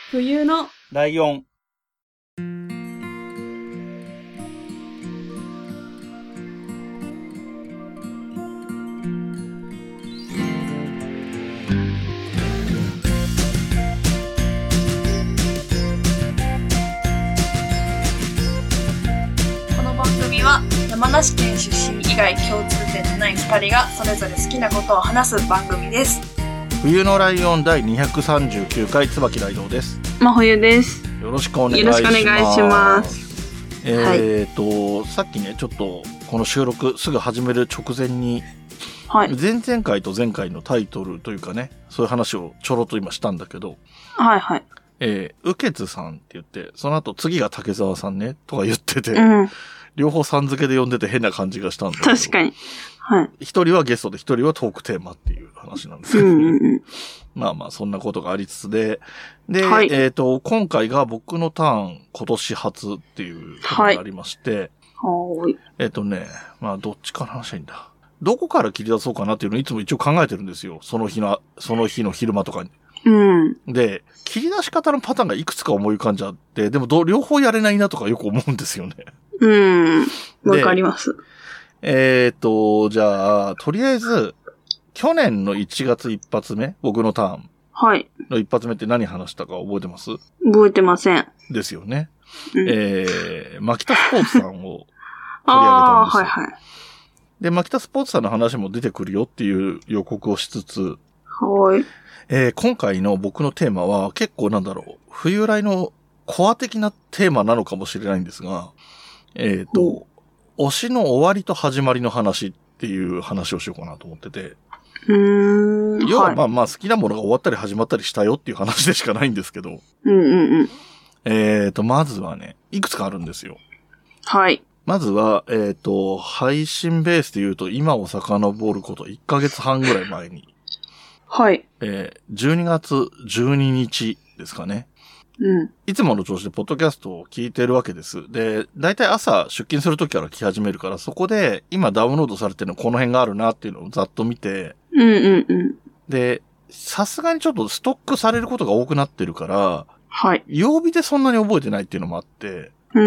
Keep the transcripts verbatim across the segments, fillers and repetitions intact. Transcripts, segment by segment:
冬のライオン。 この番組は山梨県出身以外共通点のないふたりがそれぞれ好きなことを話す番組です。 冬のライオン第にひゃくさんじゅうきゅうかい椿ライドウです。 真冬です。 よろしくお願いします。 よろしくお願いします。 えーと、はい、さっきねちょっとこの収録すぐ始める直前に、はい、前々回と前回のタイトルというかね、そういう話をちょろっと今したんだけど、 はいはい。 えー、右傑さんって言って、その後次が竹澤さんねとか言ってて、 うん、両方さん付けで呼んでて変な感じがしたんだけど、 確かに。はい。 一人はゲストで一人はトークテーマっていう話なんですけど、ね、 うんうんうん、 まあまあそんなことがありつつで、で、 はい、 えっと、今回が僕のターン今年初っていうことがありまして、 はい。 えっとね、まあどっちから話したらいいんだ。どこから切り出そうかなっていうのをいつも一応考えてるんですよ。その日の、その日の昼間とかに。 うん。 で、切り出し方のパターンがいくつか思い浮かんじゃって、でもど両方やれないなとかよく思うんですよね。 うん。わかります。 えっと、じゃあ、とりあえず、去年のいちがつ一発目、僕のターン。 はい。 の一発目って何話したか覚えてます？ 覚えてません。 ですよね。 うん、 えー、マキタスポーツさんを取り上げたんですよ。 あはいはい。 で、マキタスポーツさんの話も出てくるよっていう予告をしつつ、 はい。 えー、今回の僕のテーマは結構なんだろう、冬来のコア的なテーマなのかもしれないんですが、えっと、推しの終わりと始まりの話っていう話をしようかなと思ってて。 うーん。 要はまあまあ好きなものが終わったり始まったりしたよっていう話でしかないんですけど。 うんうんうん。 えっと、まずはね、いくつかあるんですよ。 はい。 まずは、えっと、配信ベースで言うと今を遡ることいっかげつはんぐらい前に。 はい。 えー、じゅうにがつじゅうににちですかね。 うん。 いつもの調子でポッドキャストを聞いてるわけです。で、だいたい朝出勤するときから聞き始めるから、そこで今ダウンロードされてるのこの辺があるなっていうのをざっと見て、 うんうんうん。 で、さすがにちょっとストックされることが多くなってるから、 はい。 曜日でそんなに覚えてないっていうのもあって、 うん。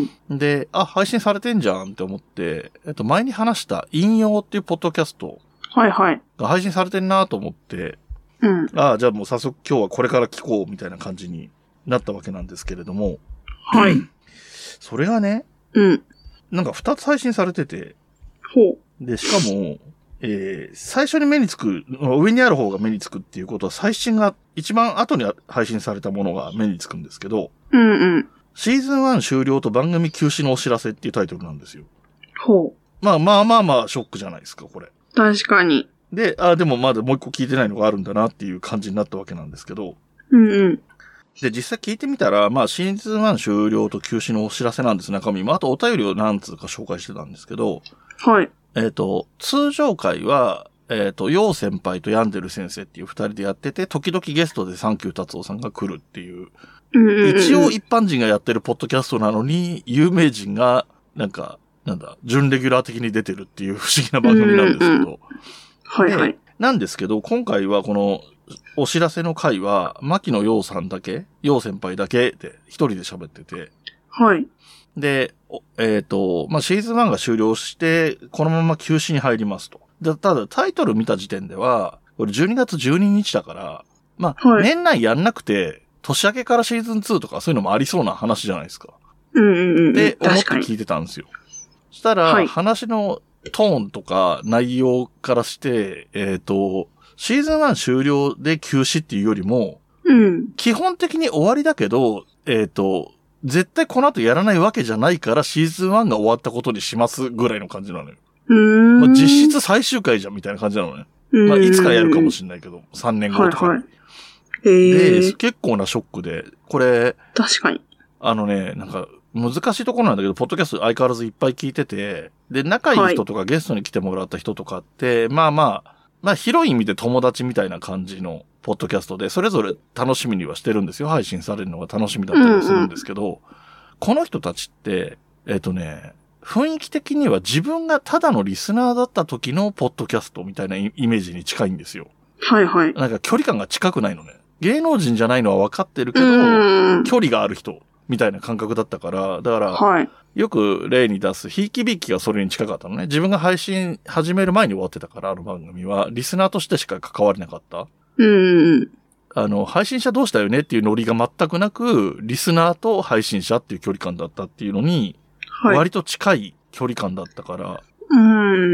で、あ、配信されてんじゃんって思って、えっと、前に話した引用っていうポッドキャストはいはい。 が配信されてんなと思って、 うん。 ああ、じゃあもう早速今日はこれから聞こうみたいな感じになったわけなんですけれども。 はい。 それがね、 うん。 なんか二つ配信されてて、 ほう。で、しかも、えー、最初に目につく、上にある方が目につくっていうことは、最新が一番後に配信されたものが目につくんですけど、 うんうん。 シーズンワン終了と番組休止のお知らせっていうタイトルなんですよ。 ほう。 まあまあまあまあ、ショックじゃないですか、これ。 確かに。 で、あ、でもまだもう一個聞いてないのがあるんだなっていう感じになったわけなんですけど。 うんうん。 で、実際聞いてみたら、まあ、シーズンワン終了と休止のお知らせなんです、中身も。あとお便りを何通か紹介してたんですけど。 はい。 えっと、通常回は、えっと、ヨウ先輩とヤンデル先生っていう二人でやってて、時々ゲストでサンキュー達夫さんが来るっていう。 うんうんうん、 一応一般人がやってるポッドキャストなのに、有名人が、なんか、なんだ、準レギュラー的に出てるっていう不思議な番組なんですけど。うんうん、 はいはい。 なんですけど、今回はこの、お知らせの回は、牧野陽さんだけ、陽先輩だけで、一人で喋ってて。 はい。 で、えっと、まあ、シーズンワンが終了して、このまま休止に入りますと。で、ただ、タイトル見た時点では、これじゅうにがつじゅうににちだから、まあ、はい、年内やんなくて、年明けからシーズンツーとかそういうのもありそうな話じゃないですか。 うんうんうん。 で、思って聞いてたんですよ。そしたら、はい、話のトーンとか内容からして、えっと、シーズンワン終了で休止っていうよりも、 うん、 基本的に終わりだけど、えっと、絶対この後やらないわけじゃないからシーズンワンが終わったことにしますぐらいの感じなのよ。 うーんまあ、実質最終回じゃんみたいな感じなのね。まあ、いつかやるかもしれないけど、さんねんごとか。はいはい。 えー、 で、結構なショックで、これ、 確かに。 あのね、なんか、難しいところなんだけど、ポッドキャスト相変わらずいっぱい聞いてて、で、仲いい人とかゲストに来てもらった人とかって、はい、まあまあ、まあ広い意味で友達みたいな感じのポッドキャストで、それぞれ楽しみにはしてるんですよ。配信されるのが楽しみだったりするんですけど、うんうん、この人たちって、えっとね、雰囲気的には自分がただのリスナーだった時のポッドキャストみたいなイメージに近いんですよ。 はいはい。 なんか距離感が近くないのね。 芸能人じゃないのは分かってるけど、距離がある人みたいな感覚だったから、だから、はい、よく例に出す、ひいきびいきがそれに近かったのね。自分が配信始める前に終わってたから、あの番組は、リスナーとしてしか関われなかった。 うん。 あの、配信者同士だよねっていうノリが全くなく、リスナーと配信者っていう距離感だったっていうのに、はい、割と近い距離感だったから、 うん。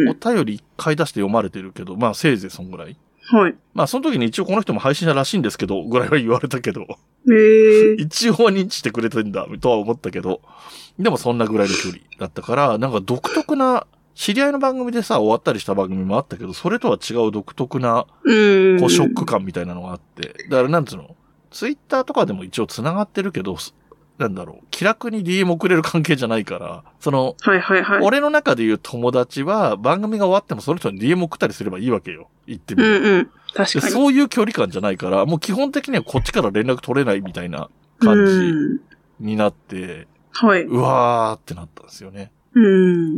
お便り一回出して読まれてるけど、まあせいぜいそんぐらい。 はい。 まあその時に一応この人も配信者らしいんですけど、ぐらいは言われたけど。 へー。 一応は認知してくれてんだ、とは思ったけど。でもそんなぐらいの距離だったから、なんか独特な、知り合いの番組でさ、終わったりした番組もあったけど、それとは違う独特な、こうショック感みたいなのがあって。だからなんつうの、ツイッターとかでも一応繋がってるけど、なんだろう、気楽に ディーエム 送れる関係じゃないから、その、 はいはいはい。 俺の中で言う友達は、番組が終わってもその人に ディーエム 送ったりすればいいわけよ。言ってみる。 うんうん。確かに。 そういう距離感じゃないから、もう基本的にはこっちから連絡取れないみたいな感じになって、 はい。 うわーってなったんですよね。 うん。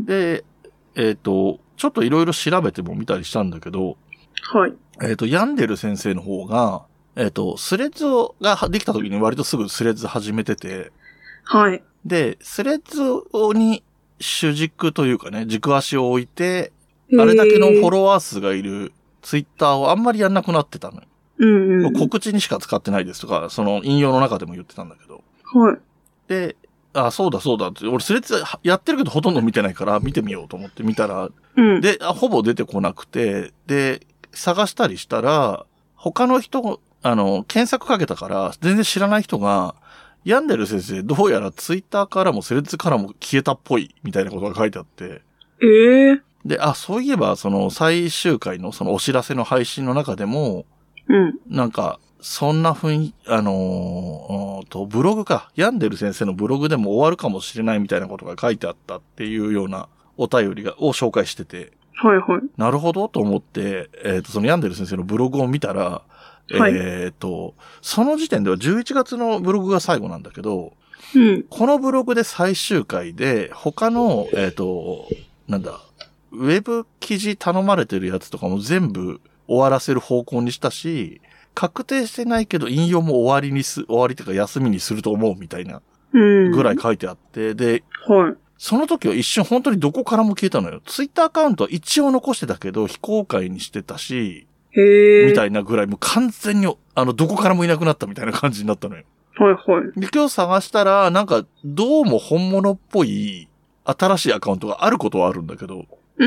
で、えっと、ちょっといろいろ調べても見たりしたんだけど、 はい。 えっと、ヤンデル先生の方が、えっと、スレッズができた時に割とすぐスレッズ始めてて、 はい。 で、スレッズに主軸というかね、軸足を置いて、あれだけのフォロワー数がいるツイッターをあんまりやんなくなってたのよ。 うんうん。 告知にしか使ってないですとか、その引用の中でも言ってたんだけど。 はい。 で、あ、そうだそうだって、俺スレッズやってるけどほとんど見てないから見てみようと思って見たら、 うん、 で、ほぼ出てこなくて、で、探したりしたら、他の人、あの、検索かけたから、全然知らない人が、ヤンデル先生、どうやらツイッターからもスレッズからも消えたっぽい、みたいなことが書いてあって。 ええー。 で、あ、そういえば、その最終回のそのお知らせの配信の中でも、 うん。 なんか、そんな雰囲気、あのー、と、ブログか、ヤンデル先生のブログでも終わるかもしれないみたいなことが書いてあったっていうようなお便りが、を紹介してて。 はいはい。 なるほどと思って、えっと、そのヤンデル先生のブログを見たら、 はい、 えっと、その時点ではじゅういちがつのブログが最後なんだけど、 うん、 このブログで最終回で、他の、えっと、なんだ、ウェブ記事頼まれてるやつとかも全部終わらせる方向にしたし、確定してないけど引用も終わりにす、終わりというか休みにすると思うみたいな、ぐらい書いてあって、うん、で、 はい。 その時は一瞬本当にどこからも消えたのよ。ツイッターアカウントは一応残してたけど、非公開にしてたし、 へー。 みたいなぐらい、もう完全に、あの、どこからもいなくなったみたいな感じになったのよ。 はいはい。 で、今日探したら、なんか、どうも本物っぽい、新しいアカウントがあることはあるんだけど。 うん。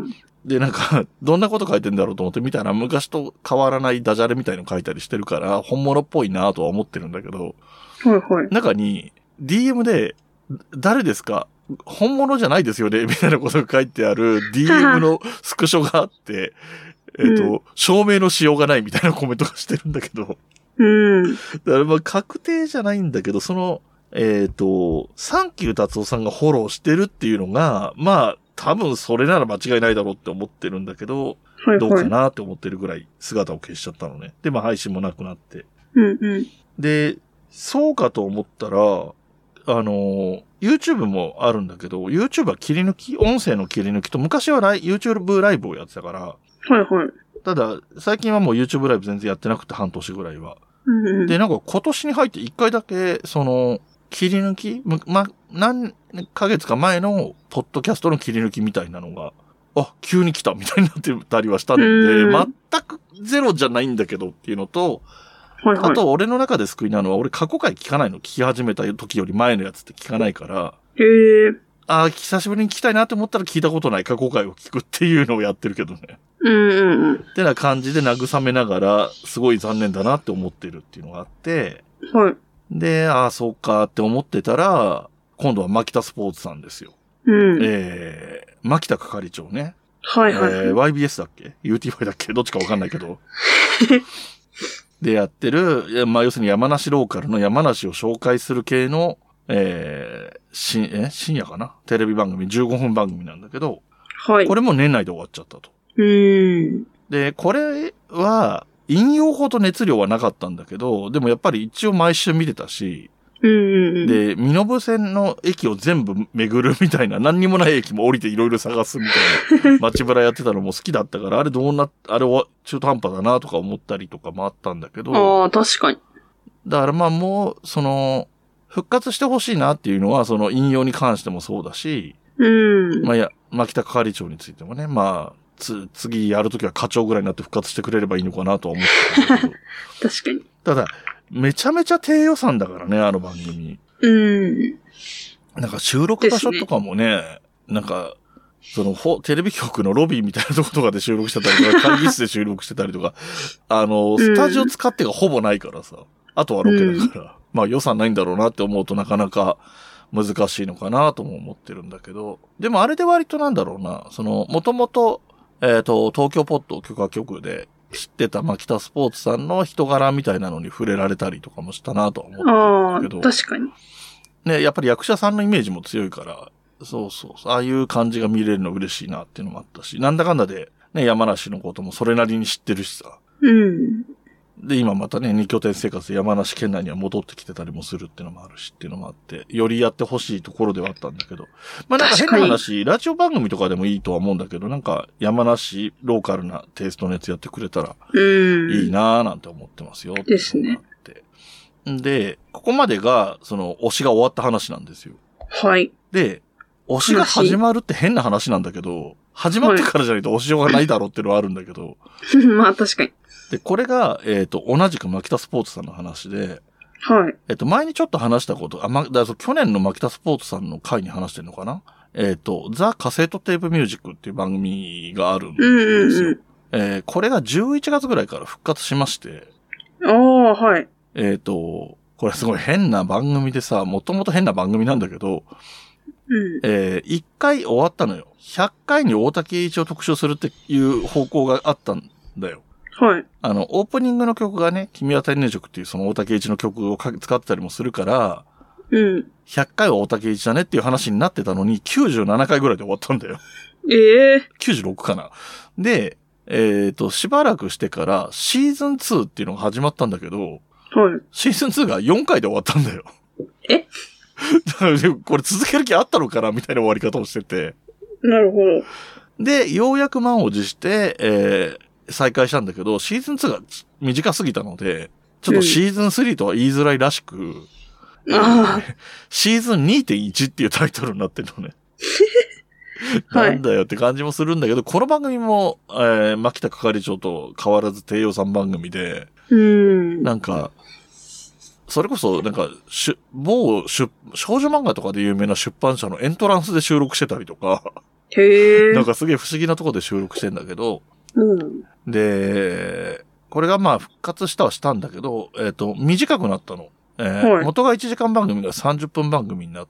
で、なんか、どんなこと書いてんだろうと思って見たら、昔と変わらないダジャレみたいの書いたりしてるから、本物っぽいなとは思ってるんだけど。 はいはい。 中に、ディーエム で、誰ですか？本物じゃないですよねみたいなことが書いてある ディーエム のスクショがあって、えっと、うん、証明のしようがないみたいなコメントがしてるんだけど。 うん。 だからまあ確定じゃないんだけど、その、えっと、サンキュー達夫さんがフォローしてるっていうのが、まあ、多分それなら間違いないだろうって思ってるんだけど、 はいはい、 どうかなって思ってるぐらい姿を消しちゃったのね。で、まあ配信もなくなって。 うんうん。 で、そうかと思ったら、あの、YouTube もあるんだけど、YouTube は切り抜き、音声の切り抜きと、昔はライ YouTube ライブをやってたから、 はいはい。 ただ、最近はもう YouTube ライブ全然やってなくて半年ぐらいは。 うんうん、 で、なんか今年に入って一回だけ、その、切り抜きま、何ヶ月か前の、ポッドキャストの切り抜きみたいなのが、あ、急に来たみたいになってたりはしたんで、全くゼロじゃないんだけどっていうのと、 はいはい、 あと、俺の中で救いなのは、俺過去回聞かないの。聞き始めた時より前のやつって聞かないから、 へー。 ああ、久しぶりに聞きたいなって思ったら聞いたことない過去回を聞くっていうのをやってるけどね。 うんうんうん。 ってな感じで慰めながら、すごい残念だなって思ってるっていうのがあって、 はい。 で、ああ、そうかって思ってたら、今度は牧田スポーツさんですよ。 うん。 えー、牧田係長ね。 はいはい、はい。 えー、ワイビーエス だっけ ?ユーティーワイ だっけどっちかわかんないけど。でやってる、まあ、要するに山梨ローカルの山梨を紹介する系の、えー、しえ深夜かなテレビ番組、じゅうごふん番組なんだけど、 はい。 これも年内で終わっちゃったと。 うーん。 で、これは、引用ほど熱量はなかったんだけど、でもやっぱり一応毎週見てたし、 うんうんうん。 で、身延線の駅を全部巡るみたいな、何にもない駅も降りていろいろ探すみたいな、街ぶらやってたのも好きだったから、あれどうな、あれは中途半端だなとか思ったりとかもあったんだけど。 ああ、確かに。 だからまあもう、その、復活してほしいなっていうのは、その引用に関してもそうだし、 うん。 まあいや、牧田係長についてもね、まあ、つ、次やるときは課長ぐらいになって復活してくれればいいのかなとは思ってたんだけど。 確かに。 ただ、めちゃめちゃ低予算だからね、あの番組。 うん。 なんか収録場所とかもね、ねなんか、その、ほ、テレビ局のロビーみたいなとことかで収録してたりとか、会議室で収録してたりとか、あの、スタジオ使ってがほぼないからさ、あとはロケだから、うん、まあ予算ないんだろうなって思うとなかなか難しいのかなとも思ってるんだけど、でもあれで割となんだろうな、その、もともと、えっと、東京ポッド許可局で知ってた牧田スポーツさんの人柄みたいなのに触れられたりとかもしたなとは思ってるんだけど。 ああ、確かに。 ね、やっぱり役者さんのイメージも強いから、そうそうそう、ああいう感じが見れるの嬉しいなっていうのもあったし、なんだかんだで、ね、山梨のこともそれなりに知ってるしさ。 うん。 で、今またね、二拠点生活で山梨県内には戻ってきてたりもするっていうのもあるしっていうのもあって、よりやってほしいところではあったんだけど。まあなんか変な話、ラジオ番組とかでもいいとは思うんだけど、なんか山梨ローカルなテイストのやつやってくれたらいいなーなんて思ってますよ。 ですね。 で、ここまでが、その、推しが終わった話なんですよ。 はい。 で、推しが始まるって変な話なんだけど、始まってからじゃないと推しようがないだろうっていうのはあるんだけど。 まあ確かに。 で、これが、えっと、同じく牧田スポーツさんの話で、 はい。 えっと、前にちょっと話したこと、あ、ま、だ去年の牧田スポーツさんの回に話してるのかな？えっと、ザ・カセットテープミュージックっていう番組があるんですよ。うんうんうん、えー、これがじゅういちがつぐらいから復活しまして。 ああ、はい。 えっと、これすごい変な番組でさ、もともと変な番組なんだけど、 うん、 えー、いっかい終わったのよ。ひゃっかいに大竹栄一を特集するっていう方向があったんだよ。 はい。 あの、オープニングの曲がね、君は天然色っていうその大竹栄一の曲を使ってたりもするから、 うん。 ひゃっかいは大竹栄一だねっていう話になってたのに、きゅうじゅうななかいぐらいで終わったんだよ。 ええー。 きゅうじゅうろくかな。で、えっと、しばらくしてからシーズンツーっていうのが始まったんだけど、 はい。 シーズンツーがよんかいで終わったんだよ。 えだからこれ続ける気あったのかなみたいな終わり方をしてて。 なるほど。で、ようやく満を持して、えー、再開したんだけど、シーズンツーが短すぎたので、ちょっとシーズンスリーとは言いづらいらしく、うんあシーズン にてんいち っていうタイトルになってるのね。 はい、 なんだよって感じもするんだけど、この番組も、えー、牧田係長と変わらず低予算番組で、 うん、 なんか、それこそ、なんか、し某少女漫画とかで有名な出版社のエントランスで収録してたりとか、 へー。 なんかすげえ不思議なところで収録してんだけど、 うん、 で、これがまあ復活したはしたんだけど、えっと、短くなったの。えーはい、 元がいちじかん番組がさんじゅっぷん番組になって、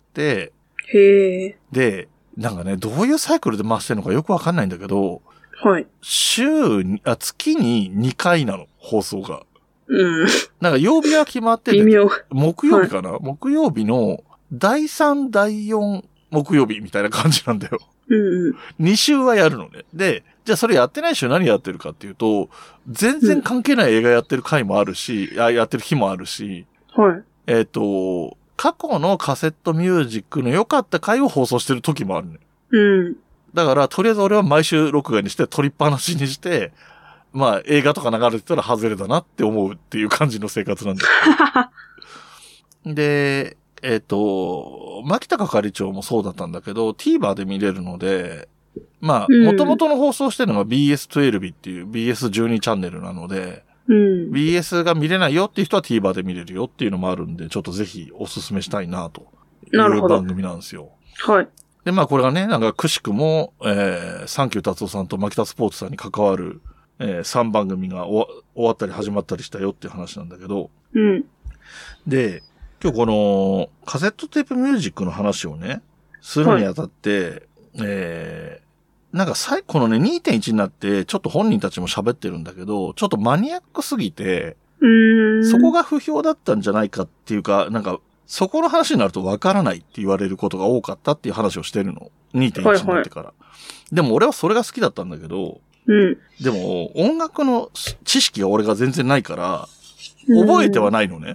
へー。 で、なんかね、どういうサイクルで回してるのかよくわかんないんだけど、 はい。 週に、あ、月ににかいなの、放送が。 うん。 なんか曜日は決まってて、 微妙。 木曜日かな、はい、木曜日のだいさん、だいよん木曜日みたいな感じなんだよ。 うんうん。 に週はやるのね。で、じゃあそれやってない週何やってるかっていうと、全然関係ない映画やってる回もあるし、うん、やってる日もあるし、 はい。 えっと、過去のカセットミュージックの良かった回を放送してる時もあるね。 うん。 だから、とりあえず俺は毎週録画にして、撮りっぱなしにして、まあ、映画とか流れてたら外れだなって思うっていう感じの生活なんだけど。で、えっと、牧田係長もそうだったんだけど、TVer で見れるので、まあ、元々の放送してるのが ビーエスじゅうに っていう ビーエスじゅうに チャンネルなので、 うん、 ビーエス が見れないよっていう人は TVer で見れるよっていうのもあるんで、ちょっとぜひおすすめしたいなという番組なんですよ。 はい。 で、まあこれがね、なんかくしくも、えー、サンキュー達夫さんと牧田スポーツさんに関わる、えー、さんばん組が終わったり始まったりしたよっていう話なんだけど、 うん。 で、今日このカセットテープミュージックの話をね、するにあたって、はい、えー、なんかさい、このね にてんいち になってちょっと本人たちも喋ってるんだけど、ちょっとマニアックすぎて、 うーん、 そこが不評だったんじゃないかっていうか、なんか、そこの話になるとわからないって言われることが多かったっていう話をしてるの。にてんいち になってから、はいはい。でも俺はそれが好きだったんだけど、 うん、 でも音楽の知識が俺が全然ないから、覚えてはないのね。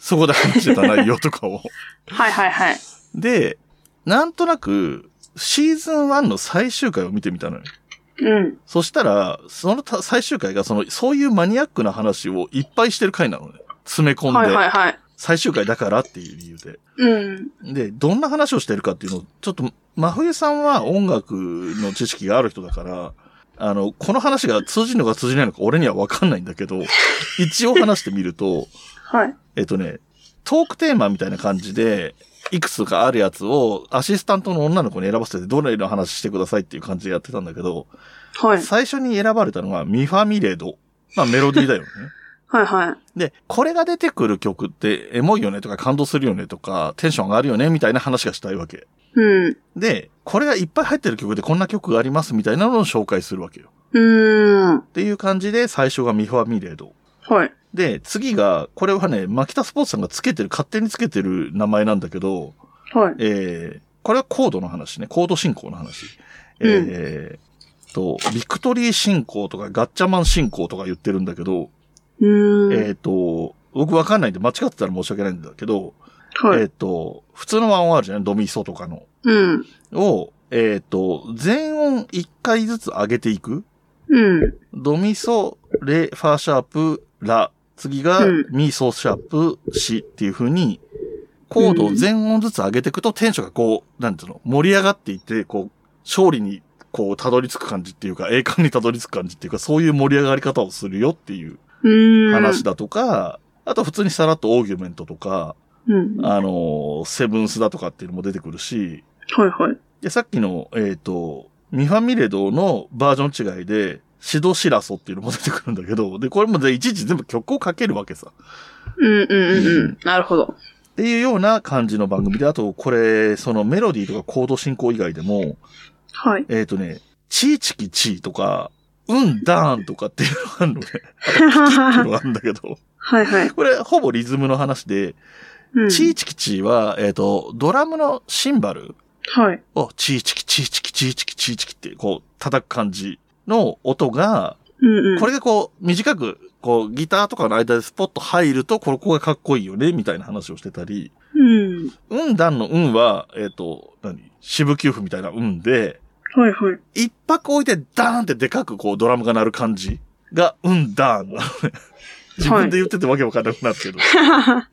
そこで話してた内容とかを。 はいはいはい。 で、なんとなく、シーズンワンの最終回を見てみたのよ。 うん。 そしたら、その最終回が、その、そういうマニアックな話をいっぱいしてる回なのね。詰め込んで。 はいはいはい。 最終回だからっていう理由で。 うん。 で、どんな話をしてるかっていうのを、ちょっと、真冬さんは音楽の知識がある人だから、あの、この話が通じるのか通じないのか俺にはわかんないんだけど、一応話してみると、 はい。 えっとね、トークテーマみたいな感じで、いくつかあるやつをアシスタントの女の子に選ばせてどれの話してくださいっていう感じでやってたんだけど、 はい。 最初に選ばれたのがミファミレド。まあメロディーだよね。 はいはい。 で、これが出てくる曲ってエモいよねとか感動するよねとかテンション上がるよねみたいな話がしたいわけ。 うん。 で、これがいっぱい入ってる曲でこんな曲がありますみたいなのを紹介するわけよ。 うーん。 っていう感じで最初がミファミレド。 はい。 で、次が、これはね、マキタスポーツさんがつけてる、勝手につけてる名前なんだけど、 はい。 えー、これはコードの話ね、コード進行の話。 うん、 えーと、ビクトリー進行とかガッチャマン進行とか言ってるんだけど、 うーん。 えーと、僕わかんないんで間違ってたら申し訳ないんだけど、 はい。 えーと、普通の和音あるじゃないドミソとかの。 うん。 を、えーと、全音一回ずつ上げていく。 うん。 ドミソ、レ、ファーシャープ、ラ。次が、 うん、 ミソシャープ、シっていう風に、コードを全音ずつ上げていくとテンションがこう、なんていうの、盛り上がっていって、こう、勝利に、こう、たどり着く感じっていうか、栄冠にたどり着く感じっていうか、そういう盛り上がり方をするよっていう話だとか、あと普通にさらっとオーギュメントとか、 うん、 あの、セブンスだとかっていうのも出てくるし、 はいはい。 で、さっきの、えっ、ー、と、ミファミレドのバージョン違いで、シドシラソっていうのも出てくるんだけど、で、これもでいちいち全部曲をかけるわけさ。 うんうんうんうん。なるほど。 っていうような感じの番組で、あと、これ、そのメロディーとかコード進行以外でも、 はい。 えっ、ー、とね、チーチキチーとか、うんダーンとかっていうのがあるのね。あと、ピキっていうのがあるんだけど。 はいはい。 これ、ほぼリズムの話で、うん、チーチキチーは、えっ、ー、と、ドラムのシンバルはい。 を、チーチキチーチキチーチキチーチキって、こう、叩く感じの音が、 うんうん、 これがこう、短く、こう、ギターとかの間でスポッと入ると、ここがかっこいいよね、みたいな話をしてたり、 うん。 うんだんのうんは、えっ、ー、と、何四部九符みたいなうんで、 はいはい。 一拍置いてダーンってでかくこう、ドラムが鳴る感じが、うんだんなのね。自分で言っててわけわかんなくなるけど。はい、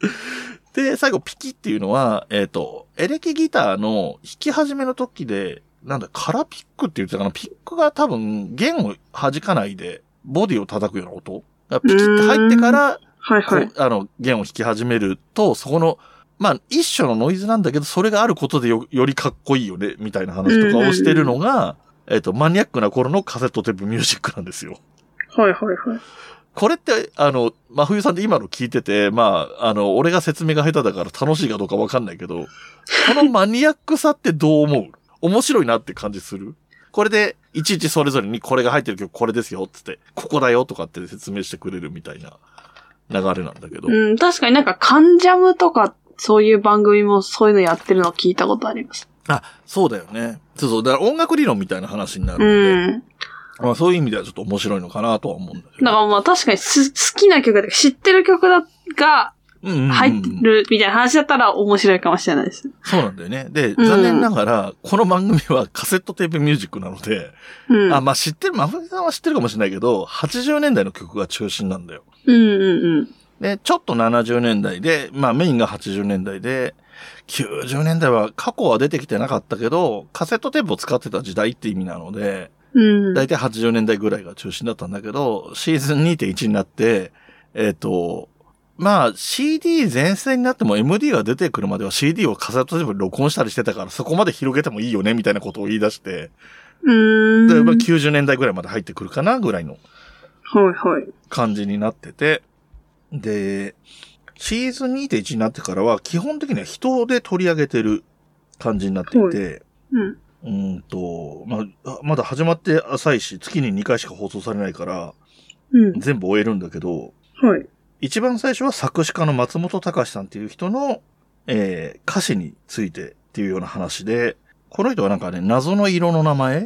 で、最後、ピキっていうのは、えっ、ー、と、エレキギターの弾き始めの時で、なんだ、カラピックって言ってたかな、ピックが多分、弦を弾かないで、ボディを叩くような音がピキって入ってから、 はいはい。 あの、弦を弾き始めると、そこの、まあ、一種のノイズなんだけど、それがあることでよ、よりかっこいいよね、みたいな話とかをしてるのが、えっと、マニアックな頃のカセットテープミュージックなんですよ。 はいはいはい。 これって、あの、真冬さんで今の聞いてて、まあ、あの、俺が説明が下手だから楽しいかどうかわかんないけど、このマニアックさってどう思う？面白いなって感じする？これで、いちいちそれぞれにこれが入ってる曲これですよ、つって、ここだよとかって説明してくれるみたいな流れなんだけど。 うん、確かになんかカンジャムとか、そういう番組もそういうのやってるのを聞いたことあります。 あ、そうだよね。そうそう。だから音楽理論みたいな話になるので。 うん。 まあそういう意味ではちょっと面白いのかなとは思うんだけど。 だからまあ確かにす好きな曲で知ってる曲だが入ってるみたいな話だったら面白いかもしれないです。 そうなんだよね。で、残念ながら、この番組はカセットテープミュージックなので、うん、あ、まあ知ってる、まふみさんは知ってるかもしれないけど、はちじゅうねんだいの曲が中心なんだよ。 うんうんうん。 で、ちょっとななじゅうねんだいで、まあメインがはちじゅうねんだいで、きゅうじゅうねんだいは過去は出てきてなかったけど、カセットテープを使ってた時代って意味なので、 うん、 だいたいはちじゅうねんだいぐらいが中心だったんだけど、シーズン にてんいち になって、えっと、まあ シーディー 全盛になっても エムディー が出てくるまでは シーディー をカセットテープに録音したりしてたから、そこまで広げてもいいよねみたいなことを言い出して、 うーんで、まあ、きゅうじゅうねんだいぐらいまで入ってくるかなぐらいのはいはい感じになってて、で、シーズン にてんいち になってからは基本的には人で取り上げてる感じになっていて、はい、 うんうんと、まあ、まだ始まって浅いし、月ににかいしか放送されないから、 うん、 全部終えるんだけど、 はい。 一番最初は作詞家の松本隆さんっていう人の、えー、歌詞についてっていうような話で、この人はなんかね、謎の色の名前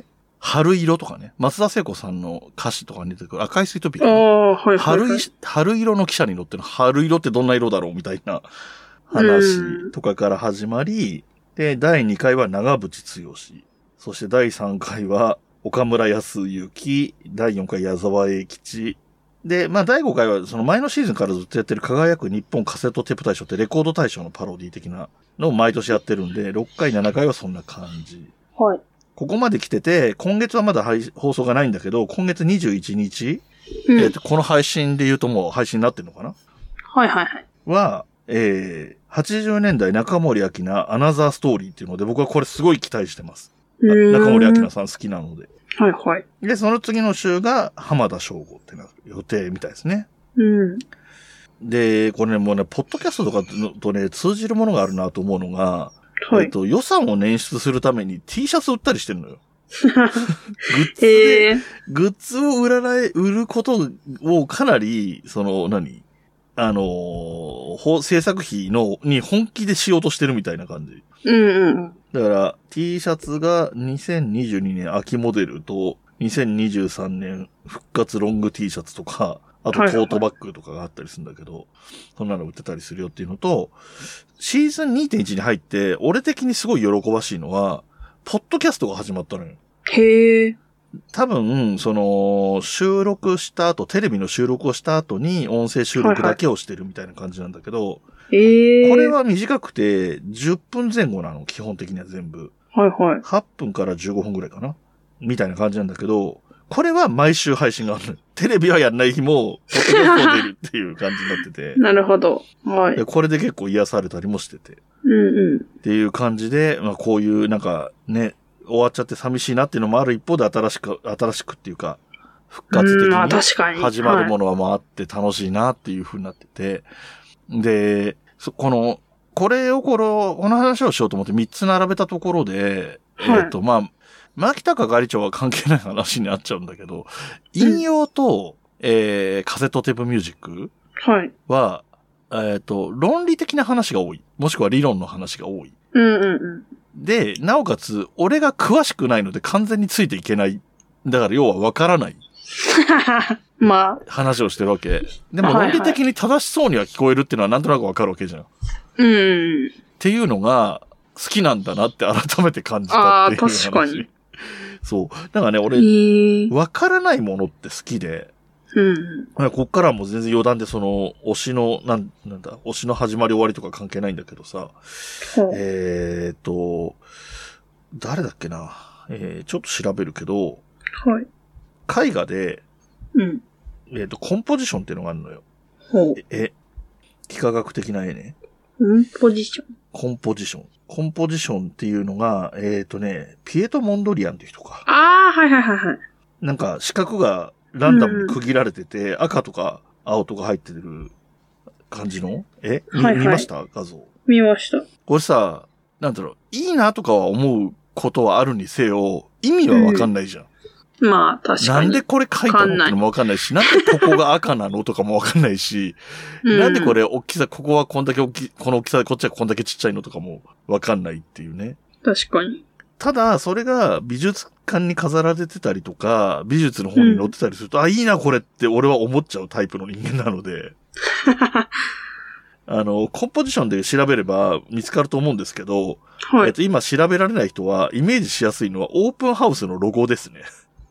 春色とかね、松田聖子さんの歌詞とかに出てくる赤いスイートピー、 ね。ああ、はいはい、はい。 春い、春色の汽車に乗ってる春色ってどんな色だろうみたいな話とかから始まり、で、だいにかいは長渕剛。そしてだいさんかいは岡村康之、だいよんかい矢沢永吉。で、まあだいごかいはその前のシーズンからずっとやってる輝く日本カセットテープ大賞ってレコード大賞のパロディ的なのを毎年やってるんで、ろっかい、ななかいはそんな感じ。 はい。 ここまで来てて、今月はまだ放送がないんだけど、今月にじゅういちにち、うん、えーと、この配信で言うともう配信になってるのかな？ はいはいはい。 は、えー、はちじゅうねんだい中森明菜アナザーストーリーっていうので、僕はこれすごい期待してます。中森明菜さん好きなので。 はいはい。 で、その次の週が浜田省吾ってなる予定みたいですね。 うん。 で、これね、もうね、ポッドキャストとかとね、通じるものがあるなと思うのが、 はい、 えっと、予算を捻出するために T シャツ売ったりしてるのよ。グッズで、グッズを売らない、売ることをかなり、その、何あのー、制作費の、に本気でしようとしてるみたいな感じ。 うんうん。 だから、T シャツがにせんにじゅうにねん秋モデルと、にせんにじゅうさんねん復活ロング T シャツとか、あとトートバッグとかがあったりするんだけど、はいはい、そんなの売ってたりするよっていうのと、シーズン にてんいち に入って、俺的にすごい喜ばしいのは、ポッドキャストが始まったのよ。 へー。 多分、その、収録した後、テレビの収録をした後に音声収録だけをしてるみたいな感じなんだけど、はいはい、これは短くてじゅっぷんぜん後なの、基本的には全部。 はいはい。 はっぷんからじゅうごふんぐらいかなみたいな感じなんだけど、これは毎週配信がある。テレビはやんない日も、ポッドキャスト出るっていう感じになってて。 なるほど。はい。 これで結構癒されたりもしてて。 うんうん。 っていう感じで、まあこういうなんかね、終わっちゃって寂しいなっていうのもある一方で新しく、新しくっていうか、復活的に始まるものはまああって楽しいなっていう風になってて。で、この、これをこの、この話をしようと思ってみっつ並べたところで、はい、えっと、まあ、牧高係長は関係ない話になっちゃうんだけど、引用と、うん、えー、カセットテープミュージックは、はい、えっと、論理的な話が多い。もしくは理論の話が多い。 うんうんうん、 で、なおかつ、俺が詳しくないので完全についていけない。だから要は分からない。 まあ。 話をしてるわけ。でも論理的に正しそうには聞こえるっていうのはなんとなく分かるわけじゃん。 うん。 っていうのが好きなんだなって改めて感じたっていう話。 ああ、確かに。 そう。だからね、俺、分からないものって好きで、 うん、 こっからはもう全然余談でその、推しの、なん、なんだ、推しの始まり終わりとか関係ないんだけどさ、えーっと、誰だっけな、えー、ちょっと調べるけど、 はい。 絵画で、 うん、 えーっと、コンポジションっていうのがあるのよ。 ほう。 え、幾何学的な絵ね。 コンポジションコンポジション。コンポジションっていうのが、えーっとね、ピエト・モンドリアンっていう人か。 ああ、はいはいはいはい。 なんか、四角が、ランダムに区切られてて、うん、赤とか青とか入ってる感じのえ、はいはい、見ました画像。 見ました。 これさ、なんだろう、いいなとかは思うことはあるにせよ、意味はわかんないじゃん。 うん、まあ、確かに。 なんでこれ書いたのってのもわかんないし、なんでここが赤なのとかもわかんないし、うん、なんでこれ大きさ、ここはこんだけ大きい、この大きさ、こっちはこんだけちっちゃいのとかもわかんないっていうね。 確かに。 ただ、それが美術館に飾られてたりとか、美術の本に載ってたりすると、うん、あ、いいなこれって俺は思っちゃうタイプの人間なので、あの、コンポジションで調べれば見つかると思うんですけど、はい、えっと、今調べられない人はイメージしやすいのはオープンハウスのロゴですね。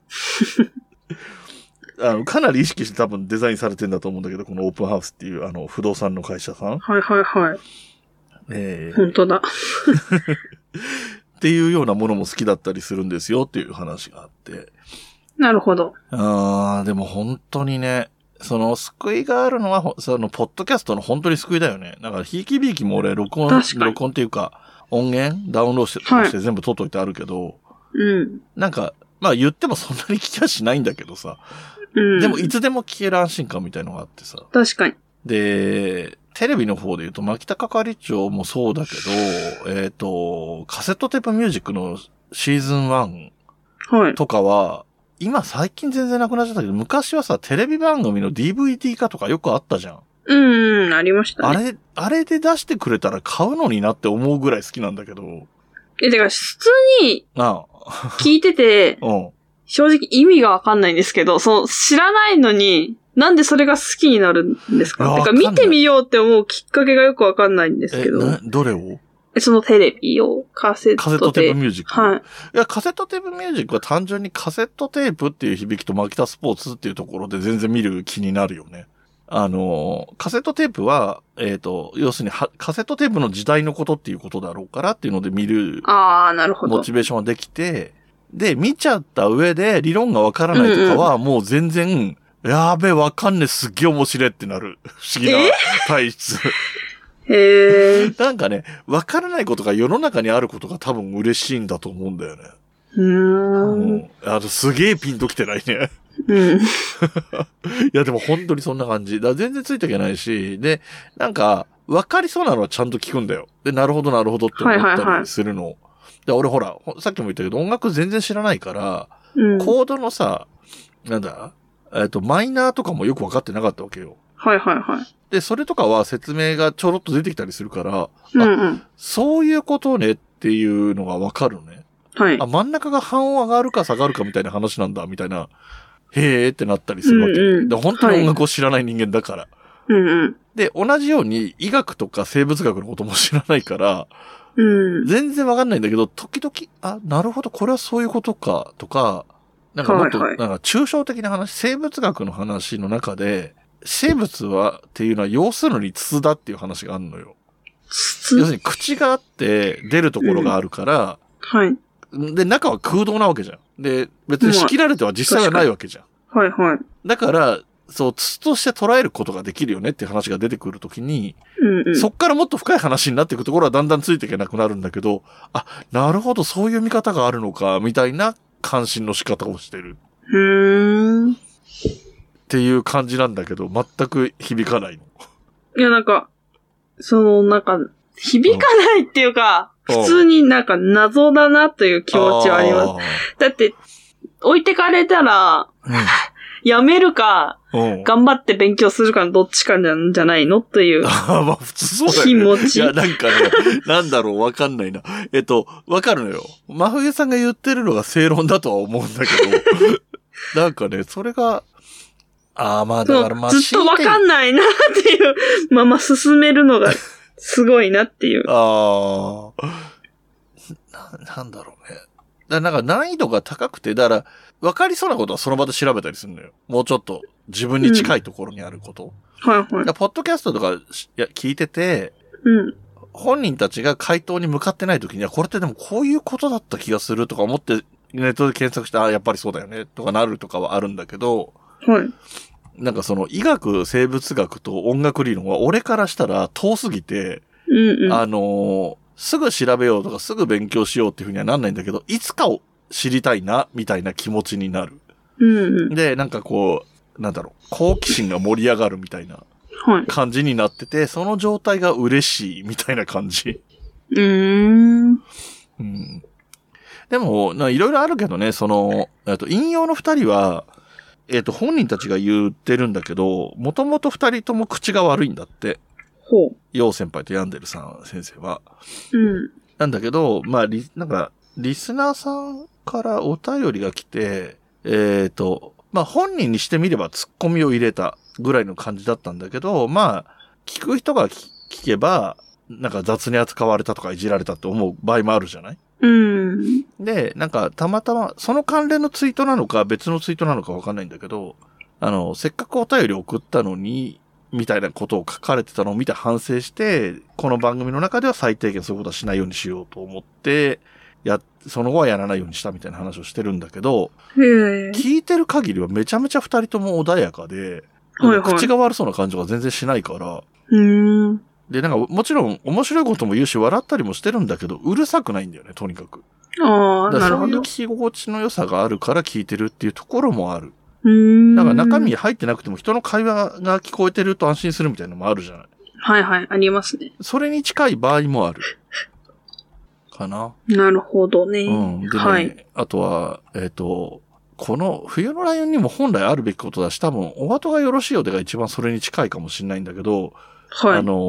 あの、かなり意識して多分デザインされてるんだと思うんだけど、このオープンハウスっていうあの、不動産の会社さん。 はいはいはい。 えー、 本当だ。 っていうようなものも好きだったりするんですよっていう話があって。 なるほど。 ああ、でも本当にね、その救いがあるのは、そのポッドキャストの本当に救いだよね。だからひいきびいきも俺録音、録音っていうか音源ダウンロードして、はい、して全部取っといてあるけど、 うん。 なんか、まあ言ってもそんなに聞きはしないんだけどさ。うん。でもいつでも聞ける安心感みたいのがあってさ。 確かに。 で、テレビの方で言うと、牧田係長もそうだけど、えっと、カセットテープミュージックのシーズンワンとかは、はい、今最近全然なくなっちゃったけど、昔はさ、テレビ番組の ディーブイディー 化とかよくあったじゃん。 うん、ありましたね。 あれ、あれで出してくれたら買うのになって思うぐらい好きなんだけど。 え、てか、普通に、 ああ聞いてて、 うん。 正直意味がわかんないんですけど、そう、知らないのに、なんでそれが好きになるんですか？てか、見てみようって思うきっかけがよくわかんないんですけど。 え、どれを？ そのテレビをカセットカセットテープミュージック。 はい。 いや、カセットテープミュージックは単純にカセットテープっていう響きとマキタスポーツっていうところで全然見る気になるよね。あの、カセットテープは、えっと、要するにカセットテープの時代のことっていうことだろうからっていうので見る。 ああ、なるほど。 モチベーションができて、で、見ちゃった上で理論がわからないとかはもう全然、やーべえわかんねえすっげえ面白いってなる。不思議な体質。 へー。 なんかね、わからないことが世の中にあることが多分嬉しいんだと思うんだよね。 うーん。 うん、あとすげえピンときてないね。 うん。いやでも本当にそんな感じ。だから全然ついていけないし、で、なんか、わかりそうなのはちゃんと聞くんだよ。で、なるほどなるほどって思ったりするの。はいはいはい、で、俺ほら、さっきも言ったけど音楽全然知らないから、うん、コードのさ、なんだえっと、マイナーとかもよくわかってなかったわけよ。 はいはいはい。 で、それとかは説明がちょろっと出てきたりするから、 うんうん、 そういうことねっていうのがわかるのね。 はい。 あ、真ん中が半音上がるか下がるかみたいな話なんだ、みたいな。へーってなったりするわけ。うんうん、で本当に音楽を知らない人間だから。 はい、うんうん。 で、同じように医学とか生物学のことも知らないから、 うん、 全然わかんないんだけど、時々、あ、なるほど、これはそういうことか、とか、なんかもっと、なんか抽象的な話、生物学の話の中で、生物はっていうのは要するに筒だっていう話があるのよ。 筒？ 要するに口があって出るところがあるから、 うん、はい。 で、中は空洞なわけじゃん。で、別に仕切られては実際はないわけじゃん。 はいはい。 だから、そう、筒として捉えることができるよねっていう話が出てくるときに、 うんうん、 そっからもっと深い話になっていくところはだんだんついていけなくなるんだけど、あ、なるほど、そういう見方があるのか、みたいな関心の仕方をしてる。 うーん。 っていう感じなんだけど、全く響かないの。 いや、なんか、その、なんか、響かないっていうか、普通になんか謎だなという気持ちはあります。だって、置いてかれたら、うん、やめるか、頑張って勉強するかのどっちかなんじゃないのっていう。 ああ、まあ普通そうだよね。 気持ち。 いや、なんかね、なんだろう、わかんないな。えっと、わかるのよ。真冬さんが言ってるのが正論だとは思うんだけど、なんかね、それが、ああ、まあだからまあ、 ずっとわかんないなっていうまま進めるのがすごいなっていう。 ああ。な、なんだろうね。だなんか難易度が高くて、だから、わかりそうなことはその場で調べたりするのよ。もうちょっと自分に近いところにあること。 うん、はいはい。 ポッドキャストとかいや聞いてて、 うん、 本人たちが回答に向かってない時には、これってでもこういうことだった気がするとか思って、ネットで検索して、ああ、やっぱりそうだよね、とかなるとかはあるんだけど、 はい。 なんかその医学、生物学と音楽理論は俺からしたら遠すぎて、 うんうん、 あのー、すぐ調べようとかすぐ勉強しようっていうふうにはなんないんだけど、いつかを知りたいな、みたいな気持ちになる。 うんうん、 で、なんかこう、なんだろう、好奇心が盛り上がるみたいな感じになってて、はい、その状態が嬉しいみたいな感じ。 うーん。 うん、でも、いろいろあるけどね、その、えっと、引用の二人は、えっと、本人たちが言ってるんだけど、もともと二人とも口が悪いんだって。 ほう。 陽先輩とヤンデルさん先生は。 うん。 なんだけど、まあ、リ、なんか、リスナーさんからお便りが来て、えっと、まあ、本人にしてみればツッコミを入れたぐらいの感じだったんだけど、まあ、聞く人が聞けば、なんか雑に扱われたとかいじられたって思う場合もあるじゃない？ うん。 で、なんか、たまたま、その関連のツイートなのか、別のツイートなのかわかんないんだけど、あの、せっかくお便り送ったのに、みたいなことを書かれてたのを見て反省して、この番組の中では最低限そういうことはしないようにしようと思って、や、その後はやらないようにしたみたいな話をしてるんだけど、聞いてる限りはめちゃめちゃ二人とも穏やかで、はいはい、口が悪そうな感じが全然しないから、 うーんで、なんか、もちろん、面白いことも言うし、笑ったりもしてるんだけど、うるさくないんだよね、とにかく。 ああ、なるほど。 そういう聞き心地の良さがあるから聞いてるっていうところもある。 うーん。 だから中身入ってなくても人の会話が聞こえてると安心するみたいなのもあるじゃない。 はいはい、ありますね。 それに近い場合もある。かな。 なるほどね。 うん。でね、はい、あとは、えっと、この冬のライオンにも本来あるべきことだし、多分、お後がよろしいようでが一番それに近いかもしれないんだけど、はい。あの、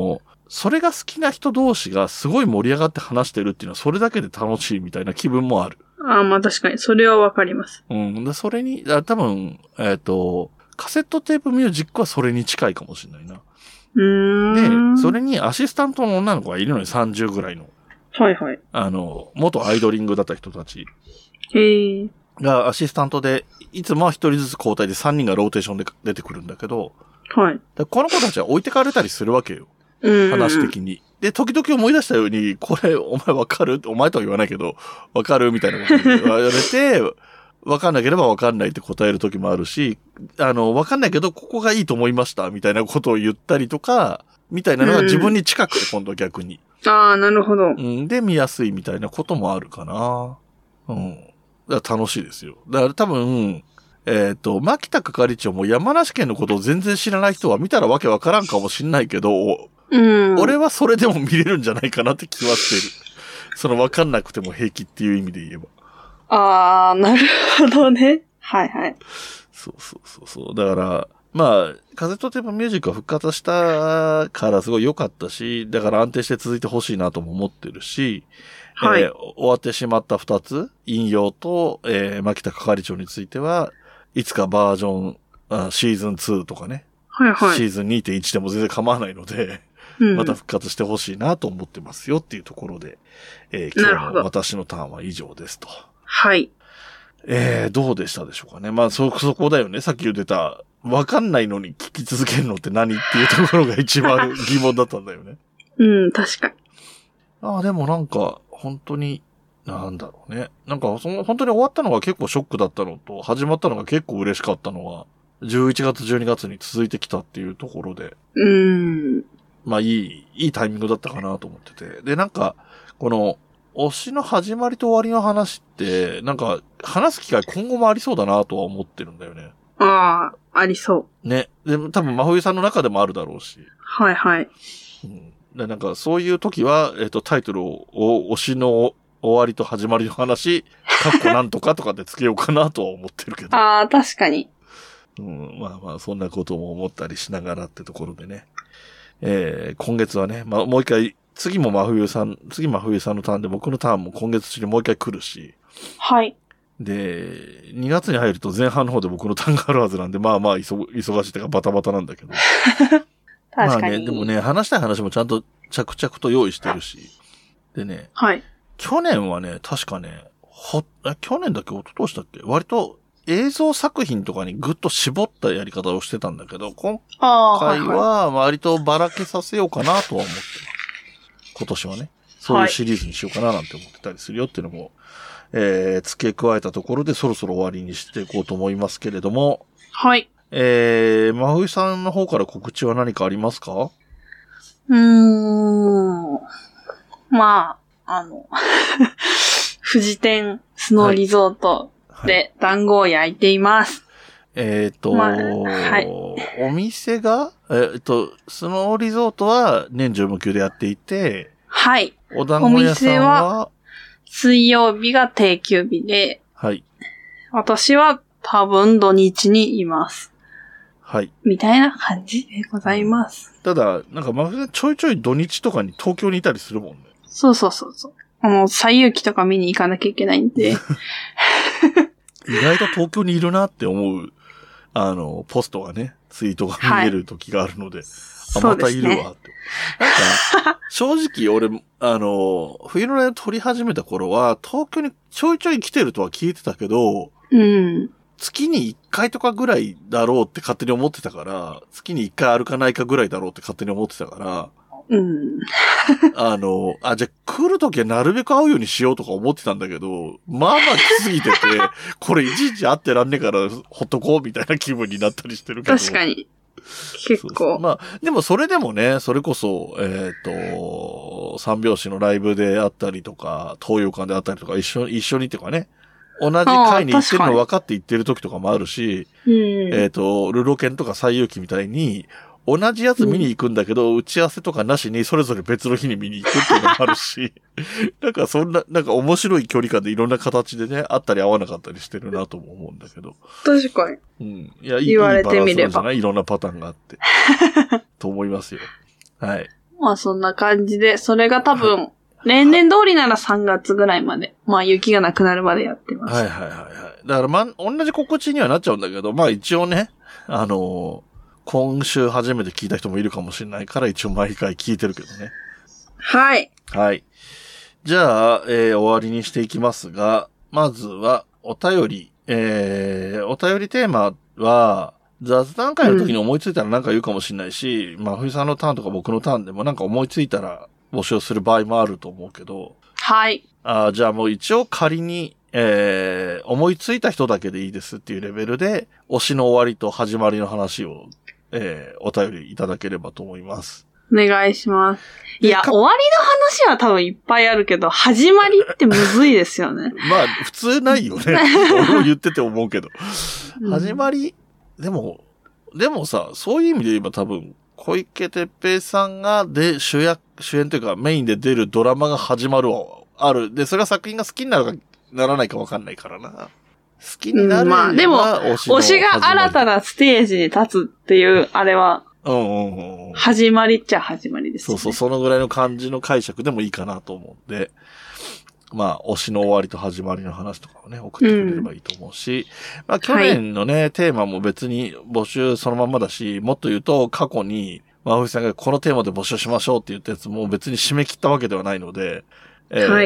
それが好きな人同士がすごい盛り上がって話してるっていうのはそれだけで楽しいみたいな気分もある。 ああ、まあ確かに。それはわかります。 うん。で、それに、多分、えっと、カセットテープミュージックはそれに近いかもしれないな。 うーん。 で、それにアシスタントの女の子がいるのにさんじゅうぐらいの。 はいはい。 あの、元アイドリングだった人たち。 へえ。 がアシスタントで、いつもは一人ずつ交代でさんにんがローテーションで出てくるんだけど、 はい。 でこの子たちは置いてかれたりするわけよ。 うん。 話的に。で、時々思い出したように、これ、お前わかるお前とは言わないけど、わかるみたいなこと言われて、わかんなければわかんないって答える時もあるし、あの、わかんないけど、ここがいいと思いましたみたいなことを言ったりとか、みたいなのが自分に近くて、今度は逆に。 ああ、なるほど。 うん。で、見やすいみたいなこともあるかな。うん。だから楽しいですよ。だから多分、えっと、牧田係長も山梨県のことを全然知らない人は見たらわけわからんかもしんないけど、 うん。 俺はそれでも見れるんじゃないかなって気はしてる。そのわかんなくても平気っていう意味で言えば。 ああ、なるほどね。はいはい。 そうそうそうそう。だから、まあ、カセットテープミュージックが復活したからすごい良かったし、だから安定して続いてほしいなとも思ってるし、 はい。 えー終わってしまった二つ、引用と、えー、牧田係長については、いつかバージョン、あシーズンツーとかね、 はいはい。 シーズン にてんいち でも全然構わないので、 うん、 また復活してほしいなと思ってますよっていうところで、えー、今日の私のターンは以上ですと。 はい。 えー、どうでしたでしょうかね。まあ、そ、そこだよね。さっき言ってた、わかんないのに聞き続けるのって何っていうところが一番疑問だったんだよね。 うん、確かに。 ああ、でもなんか、本当に、なんだろうね。なんか、その、本当に終わったのが結構ショックだったのと、始まったのが結構嬉しかったのは、じゅういちがつ、じゅうにがつに続いてきたっていうところで、 うーん。 まあいい、いいタイミングだったかなと思ってて。で、なんか、この、推しの始まりと終わりの話って、なんか、話す機会今後もありそうだなとは思ってるんだよね。 ああ、ありそう。 ね。でも多分、真冬さんの中でもあるだろうし。 はいはい。 うん。で、なんか、そういう時は、えっと、タイトルを、推しの終わりと始まりの話、かっこなんとかとかでつけようかなとは思ってるけど。 ああ、確かに。 うん、まあまあ、そんなことも思ったりしながらってところでね。えー、今月はね、まあ、もう一回、次も真冬さん、次真冬さんのターンで僕のターンも今月中にもう一回来るし。 はい。 で、にがつに入ると前半の方で僕のターンがあるはずなんで、まあまあ、忙忙しいというかバタバタなんだけど。 確かに。 まあね、でもね、話したい話もちゃんと着々と用意してるし。でね、 はい。 去年はね、確かね、ほ、え、去年だっけ一昨年だっけ割と映像作品とかにぐっと絞ったやり方をしてたんだけど、今ああ、 回はいはい。 は割とばらけさせようかなとは思ってます。今年はね。そういうシリーズにしようかななんて思ってたりするよっていうのも、えー、付け加えたところでそろそろ終わりにしていこうと思いますけれども、 はい。 えー、真冬さんの方から告知は何かありますか？ うーん。まあ、あの、富士店スノーリゾートで団子を焼いています。 えっ、ー、と、 まあはい、 お店が、えっ、ー、と、スノーリゾートは年中無休でやっていて、 はい。 お団子屋さんは、 水曜日が定休日で、 はい。 私は多分土日にいます。 はい。 みたいな感じでございます。 ただ、なんか、まあ、ちょいちょい土日とかに東京にいたりするもんね。 そうそうそうそう。あの、西遊記とか見に行かなきゃいけないんで。 意外と東京にいるなって思う、あの、ポストがね、ツイートが見える時があるので、あ、またいるわって。なんか、正直俺、あの、冬のライブ撮り始めた頃は、東京にちょいちょい来てるとは聞いてたけど、 うん。 月にいっかいとかぐらいだろうって勝手に思ってたから、月にいっかい歩かないかぐらいだろうって勝手に思ってたから、 うん。 あの、あ、じゃあ来るときはなるべく会うようにしようとか思ってたんだけど、まあまあ来すぎてて、これいちいち会ってらんねえからほっとこうみたいな気分になったりしてるけど。 確かに。結構。 そうそうまあ、でもそれでもね、それこそ、えっ、と、三拍子のライブであったりとか、東洋館であったりとか、一緒に、一緒にっていうかね、同じ会に行ってるの分かって行ってる時とかもあるし、 うん、 えっ、と、ルロケンとか西遊記みたいに、同じやつ見に行くんだけど、うん、打ち合わせとかなしにそれぞれ別の日に見に行くっていうのもあるし、なんかそんな、なんか面白い距離感でいろんな形でね、会ったり会わなかったりしてるなとも思うんだけど。 確かに。 うん。いや、いい、 言われてみれば。 いいバランスなんじゃない？いろんなパターンがあって。と思いますよ。はい。 まあそんな感じで、それが多分、はい、例年通りならさんがつぐらいまで、まあ雪がなくなるまでやってます。 はいはいはいはい。だからまあ、同じ告知にはなっちゃうんだけど、まあ一応ね、あのー、今週初めて聞いた人もいるかもしれないから、一応毎回聞いてるけどね。 はい。 はい。じゃあ、えー、終わりにしていきますが、まずは、お便り。えー、お便りテーマは、雑談会の時に思いついたら何か言うかもしれないし、うん、まあ、冬さんのターンとか僕のターンでもなんか思いついたら募集する場合もあると思うけど。 はい。 あじゃあもう一応仮に、えー、思いついた人だけでいいですっていうレベルで、推しの終わりと始まりの話を、えー、お便りいただければと思います。 お願いします。いや、終わりの話は多分いっぱいあるけど、始まりってむずいですよね。 まあ、普通ないよね。俺も言ってて思うけど。うん、始まり、でも、でもさ、そういう意味で言えば多分、小池徹平さんがで主役、主演というかメインで出るドラマが始まるはある。で、それが作品が好きになるかならないか分かんないからな。好きになる、うん、まあ、 でも、推しが新たなステージに立つっていう、あれは、 うんうんうん、 始まりっちゃ始まりですね。 そうそう、そのぐらいの感じの解釈でもいいかなと思うんで、まあ、推しの終わりと始まりの話とかをね、送ってくれればいいと思うし、うん、まあ、去年のね、はい、テーマも別に募集そのまんまだし、もっと言うと過去に、まふみさんがこのテーマで募集しましょうって言ったやつも別に締め切ったわけではないので、えーはい、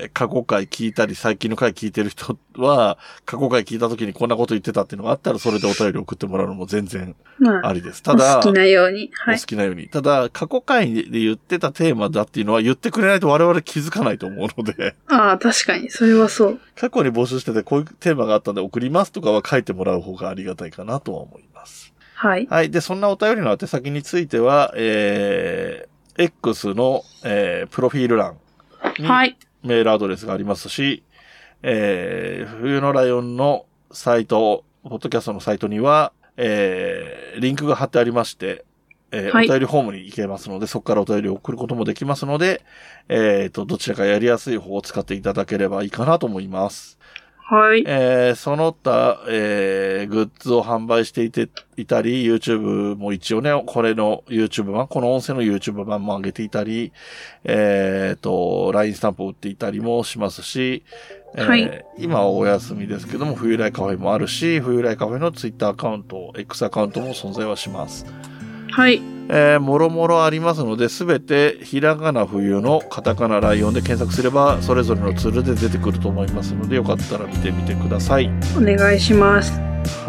過去回聞いたり最近の回聞いてる人は過去回聞いた時にこんなこと言ってたっていうのがあったらそれでお便り送ってもらうのも全然ありです。まあ、ただ、 お好きなように、はい。 お好きなように。ただ、過去回で言ってたテーマだっていうのは言ってくれないと我々気づかないと思うので。 ああ、確かに。それはそう。 過去に募集しててこういうテーマがあったんで送りますとかは書いてもらう方がありがたいかなとは思います。 はい。 はい。で、そんなお便りの宛先については、えー、X の、えー、プロフィール欄に、はい。メールアドレスがありますし、えー、冬のライオンのサイト、ポッドキャストのサイトには、えー、リンクが貼ってありまして、えーはい、お便りフォームに行けますので、そこからお便りを送ることもできますので、えーと、どちらかやりやすい方を使っていただければいいかなと思います。 はい。 えー、その他、えー、グッズを販売していて、いたり、YouTube も一応ね、これの YouTube 版、この音声の YouTube 版も上げていたり、えーと、ライン スタンプを売っていたりもしますし、えーはい、今はお休みですけども、冬来カフェもあるし、冬来カフェの Twitter アカウント、X アカウントも存在はします。 はい。 えー、もろもろありますので、すべてひらがな冬のカタカナライオンで検索すれば、それぞれのツールで出てくると思いますので、よかったら見てみてください。 お願いします。 はい。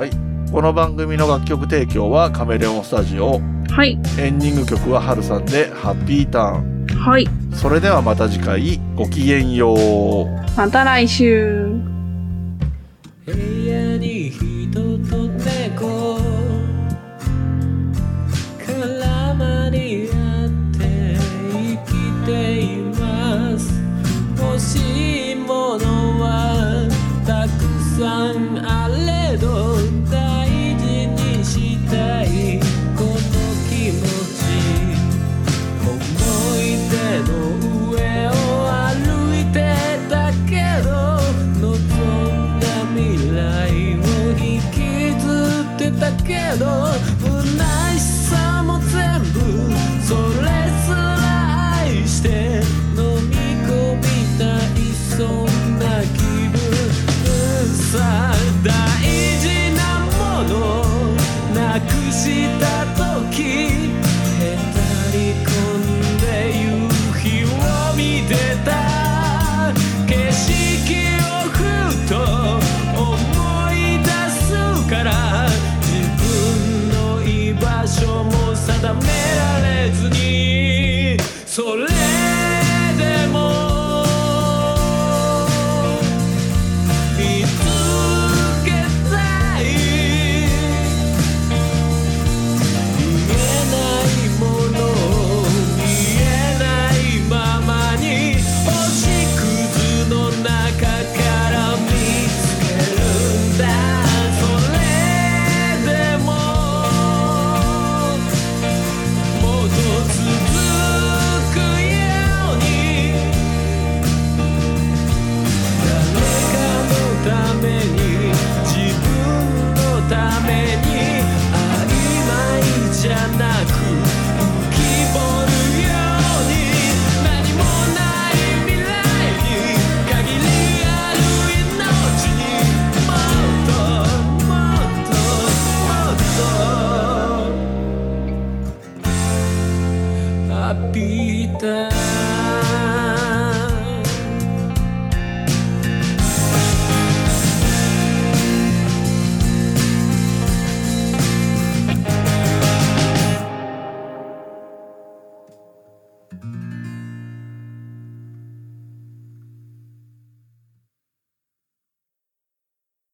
この番組の楽曲提供はカメレオンスタジオ。 はい。 エンディング曲はハルさんでハッピーターン。 はい。 それではまた次回、ごきげんよう。 また来週。 部屋に人と猫絡まり合って生きています。欲しいものはたくさんあれど大事にしたいこの気持ち、思い出の上を歩いてたけど望んだ未来を引きずってたけど虚しさも全部それすら愛して飲み込みたいそんな気分さ。大事なものなくした時へたり込んで夕日を見てた景色をふと思い出すから自分の居場所も定められずにそれでも見つけたい見えないもの見えないままに星屑の中から見つけるんだ。それでももっと続くいた